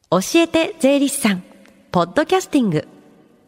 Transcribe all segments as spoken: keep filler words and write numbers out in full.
教えて税理士さんポッドキャスティング。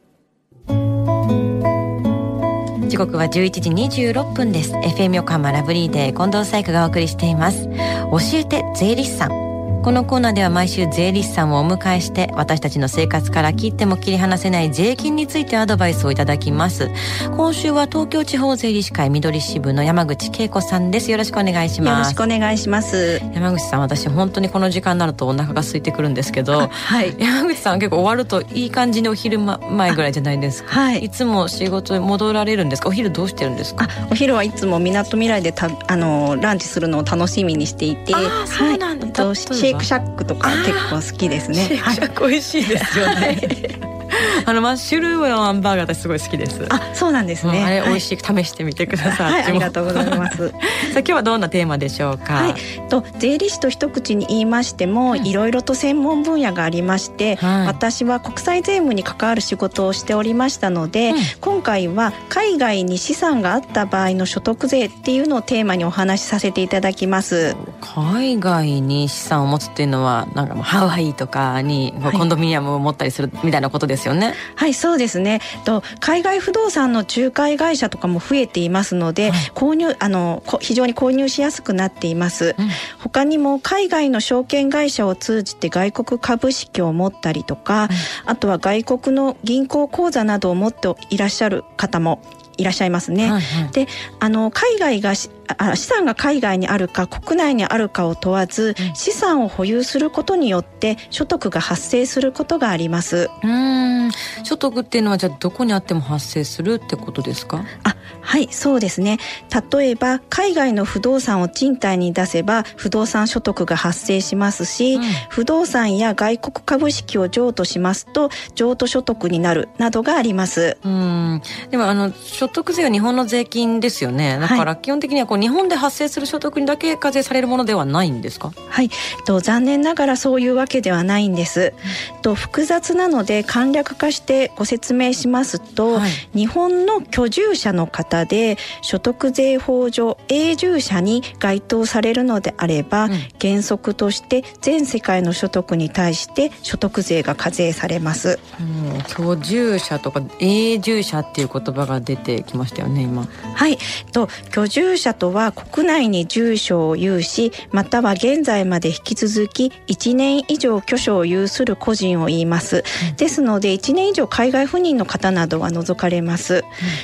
時刻はじゅういちじにじゅうろっぷんです。 エフエム 横浜ラブリーデー近藤紗友香がお送りしています。教えて税理士さん。このコーナーでは毎週税理士さんをお迎えして私たちの生活から切っても切り離せない税金についてアドバイスをいただきます。今週は東京地方税理士会緑支部の山口恵子さんです。よろしくお願いします。 よろしくお願いします。 山口さん、私本当にこの時間になるとお腹が空いてくるんですけど、 はい、 山口さんは結構終わるといい感じにお昼前ぐらいじゃないですか。はい、いつも仕事に戻られるんですか？お昼どうしてるんですか？ あ、お昼はいつもみなとみらいでたあのランチするのを楽しみにしていて、 あ、そうなんだ。 はい、とシェイクシャックとか結構好きですね。 シェイクシャック美味しいですよね。はいあのマッシュルームのハンバーガー私すごい好きです。 あ、そうなんですね。 うん、あれ美味しい、はい、試してみてください。 はい、ありがとうございます。 さあ今日はどんなテーマでしょうか？ はい、と税理士と一口に言いましても、いろいろと専門分野がありまして、はい、私は国際税務に関わる仕事をしておりましたので、うん、今回は海外に資産があった場合の所得税っていうのをテーマにお話しさせていただきます。 海外に資産を持つっていうのはなんかもうハワイとかにコンドミニアムを持ったりするみたいなことですよね。 はい、そうですね。と海外不動産の仲介会社とかも増えていますので、はい、購入あの非常に購入しやすくなっています。うん、他にも海外の証券会社を通じて外国株式を持ったりとか、うん、あとは外国の銀行口座などを持っていらっしゃる方もいらっしゃいますね。はいはい、で、あの海外が資産が海外にあるか国内にあるかを問わず、うん、資産を保有することによって所得が発生することがあります。 うーん、所得っていうのはじゃあどこにあっても発生するってことですか？ あ、はい、そうですね。例えば海外の不動産を賃貸に出せば不動産所得が発生しますし、うん、不動産や外国株式を譲渡しますと譲渡所得になるなどがあります。 うーん、でもあの所得税は日本の税金ですよね。だから基本的にはこう日本で発生する所得にだけ課税されるものではないんですか？ はい、と残念ながらそういうわけではないんです。うん、と複雑なので簡略化してご説明しますと、はい、日本の居住者の方で所得税法上永住者に該当されるのであれば、うん、原則として全世界の所得に対して所得税が課税されます。 うん、居住者とか永住者っていう言葉が出てきましたよね今。 はい、と居住者とは国内に住所を有しまたは現在まで引き続きいちねん以上居所を有する個人を言います。うん、ですのでいちねん以上海外赴任の方などは除かれます。うん、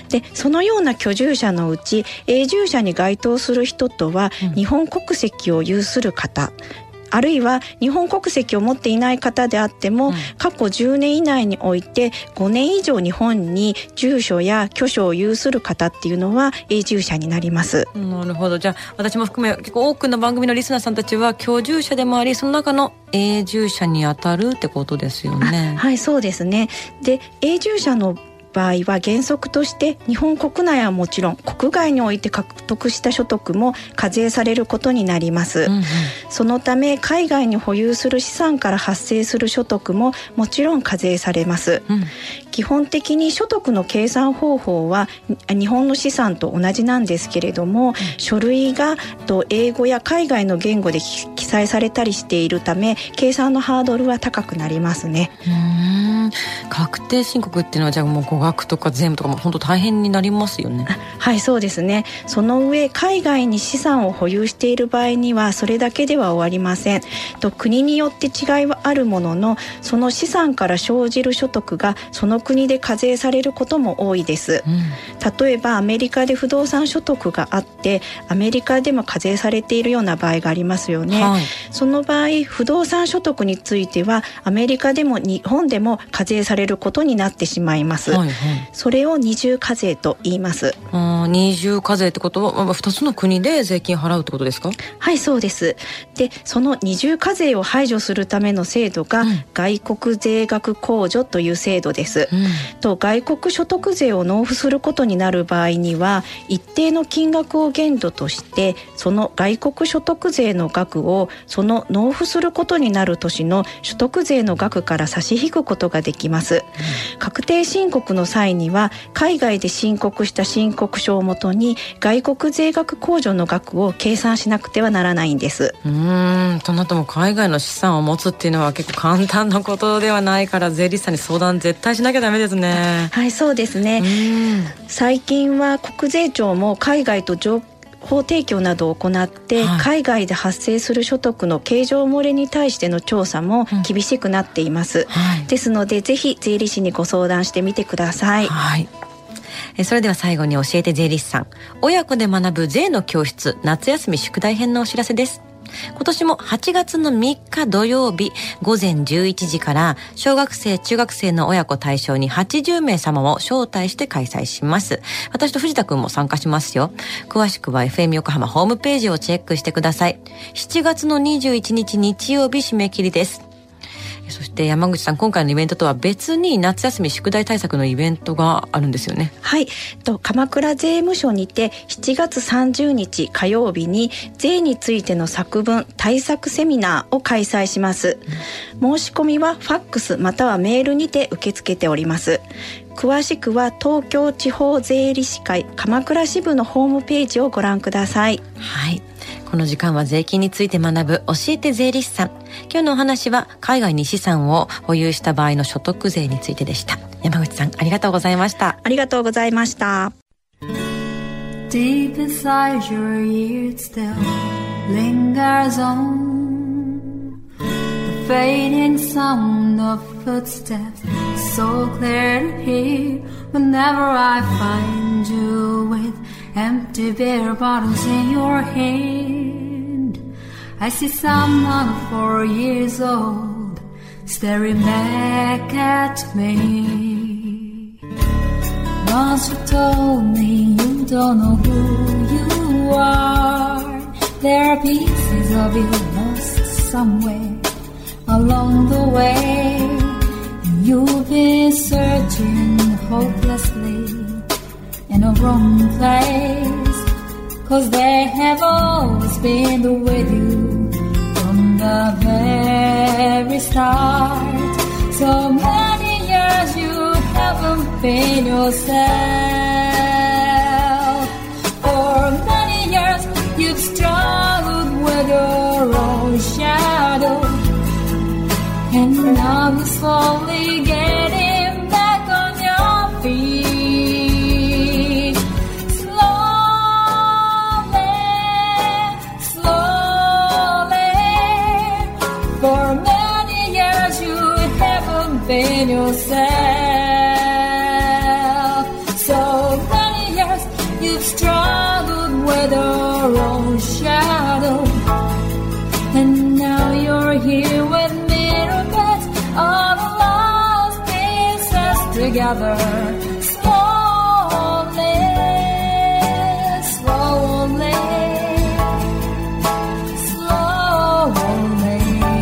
でそのような居住者のうち永住者に該当する人とは、うん、日本国籍を有する方、あるいは日本国籍を持っていない方であっても、うん、過去じゅうねん以内においてごねん以上日本に住所や居所を有する方っていうのは永住者になります。 なるほど。じゃあ私も含め結構多くの番組のリスナーさんたちは居住者でもありその中の永住者に当たるってことですよね。 はい、そうですね。で永住者の場合は原則として日本国内はもちろん国外において獲得した所得も課税されることになります。うんうん、そのため海外に保有する資産から発生する所得ももちろん課税されます。うん、基本的に所得の計算方法は日本の資産と同じなんですけれども、うん、書類がと英語や海外の言語で記載されたりしているため計算のハードルは高くなりますね。 うーん、確定申告っていうのはじゃあもう語学とか税務とかも本当大変になりますよね。 はい、そうですね。その上海外に資産を保有している場合にはそれだけでは終わりません。と国によって違いはあるもののその資産から生じる所得がその国で課税されることも多いです。うん、例えばアメリカで不動産所得があってアメリカでも課税されているような場合がありますよね。はい、その場合不動産所得についてはアメリカでも日本でも課税されることになってしまいます。はいはい、それを二重課税と言います。 あ、二重課税ってことはふたつの国で税金払うってことですか？ はい、そうです。でその二重課税を排除するための制度が、うん、外国税額控除という制度です。うん、と外国所得税を納付することになる場合には一定の金額を限度としてその外国所得税の額をその納付することになる年の所得税の額から差し引くことができます。うん、確定申告のの際には海外で申告した申告書をもとに外国税額控除の額を計算しなくてはならないんです。 うーんとなっても海外の資産を持つっていうのは結構簡単なことではないから、税理士さんに相談絶対しなきゃダメですね。 はい、そうですね。最近は国税庁も海外と情報提供などを行って、はい、海外で発生する所得の計上漏れに対しての調査も厳しくなっています、うんはい、ですのでぜひ税理士にご相談してみてください、 はい、えそれでは最後に教えて税理士さん、親子で学ぶ税の教室夏休み宿題編のお知らせです。今年もはちがつのみっか土曜日ごぜんじゅういちじから小学生中学生の親子対象にはちじゅうめい様を招待して開催します。私と藤田くんも参加しますよ。詳しくは エフエム 横浜ホームページをチェックしてください。しちがつのにじゅういちにち日曜日締め切りです。そして山口さん、今回のイベントとは別に夏休み宿題対策のイベントがあるんですよね。 はい、と鎌倉税務署にてしちがつさんじゅうにち火曜日に税についての作文対策セミナーを開催します、うん、申し込みはファックスまたはメールにて受け付けております。詳しくは東京地方税理士会鎌倉支部のホームページをご覧ください。 はい、この時間は税金について学ぶ教えて税理士さん。今日のお話は海外に資産を保有した場合の所得税についてでした。山口さん、ありがとうございました。 ありがとうございました。 Deep inside your ears still lingers on the fading sound of footsteps, so clear to hear whenever I find you with empty beer bottles in your hand. I see someone four years old staring back at me. Once you told me you don't know who you are. There are pieces of you lost somewhere along the way. You've been searching hopelessly in a wrong place, 'cause they have always been with you from the very start. So many years you haven't been yourself. For many years you've struggled with your own shadow, and now you're slowly getting back on your feet. For many years you haven't been yourself. So many years you've struggled with your own shadow, and now you're here with me to put all the lost pieces together. Slowly, slowly, slowly,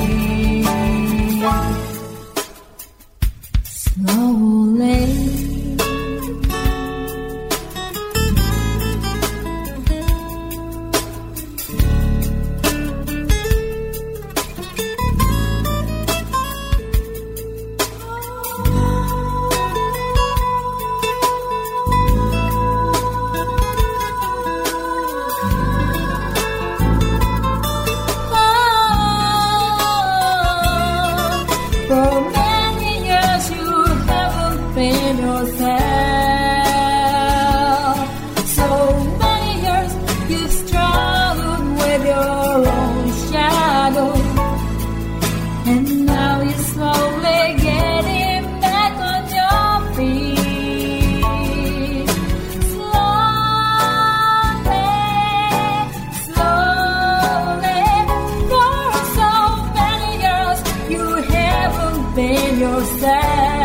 slowly. Yourself.